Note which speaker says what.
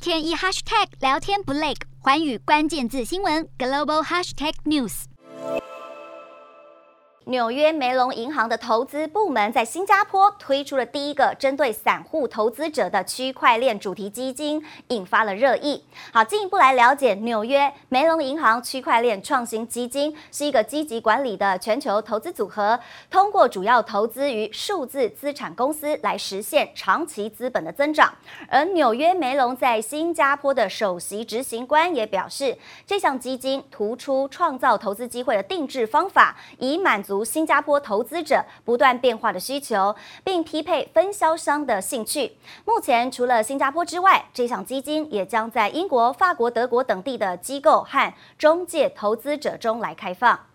Speaker 1: 天一 hashtag 聊天不累，寰宇关键字新闻 global hashtag news。
Speaker 2: 纽约梅隆银行的投资部门在新加坡推出了第一个针对散户投资者的区块链主题基金，引发了热议。好，进一步来了解，纽约梅隆银行区块链创新基金是一个积极管理的全球投资组合，通过主要投资于数字资产公司来实现长期资本的增长。而纽约梅隆在新加坡的首席执行官也表示，这项基金突出创造投资机会的定制方法，以满足新加坡投资者不断变化的需求，并匹配分销商的兴趣。目前除了新加坡之外，这项基金也将在英国、法国、德国等地的机构和中介投资者中来开放。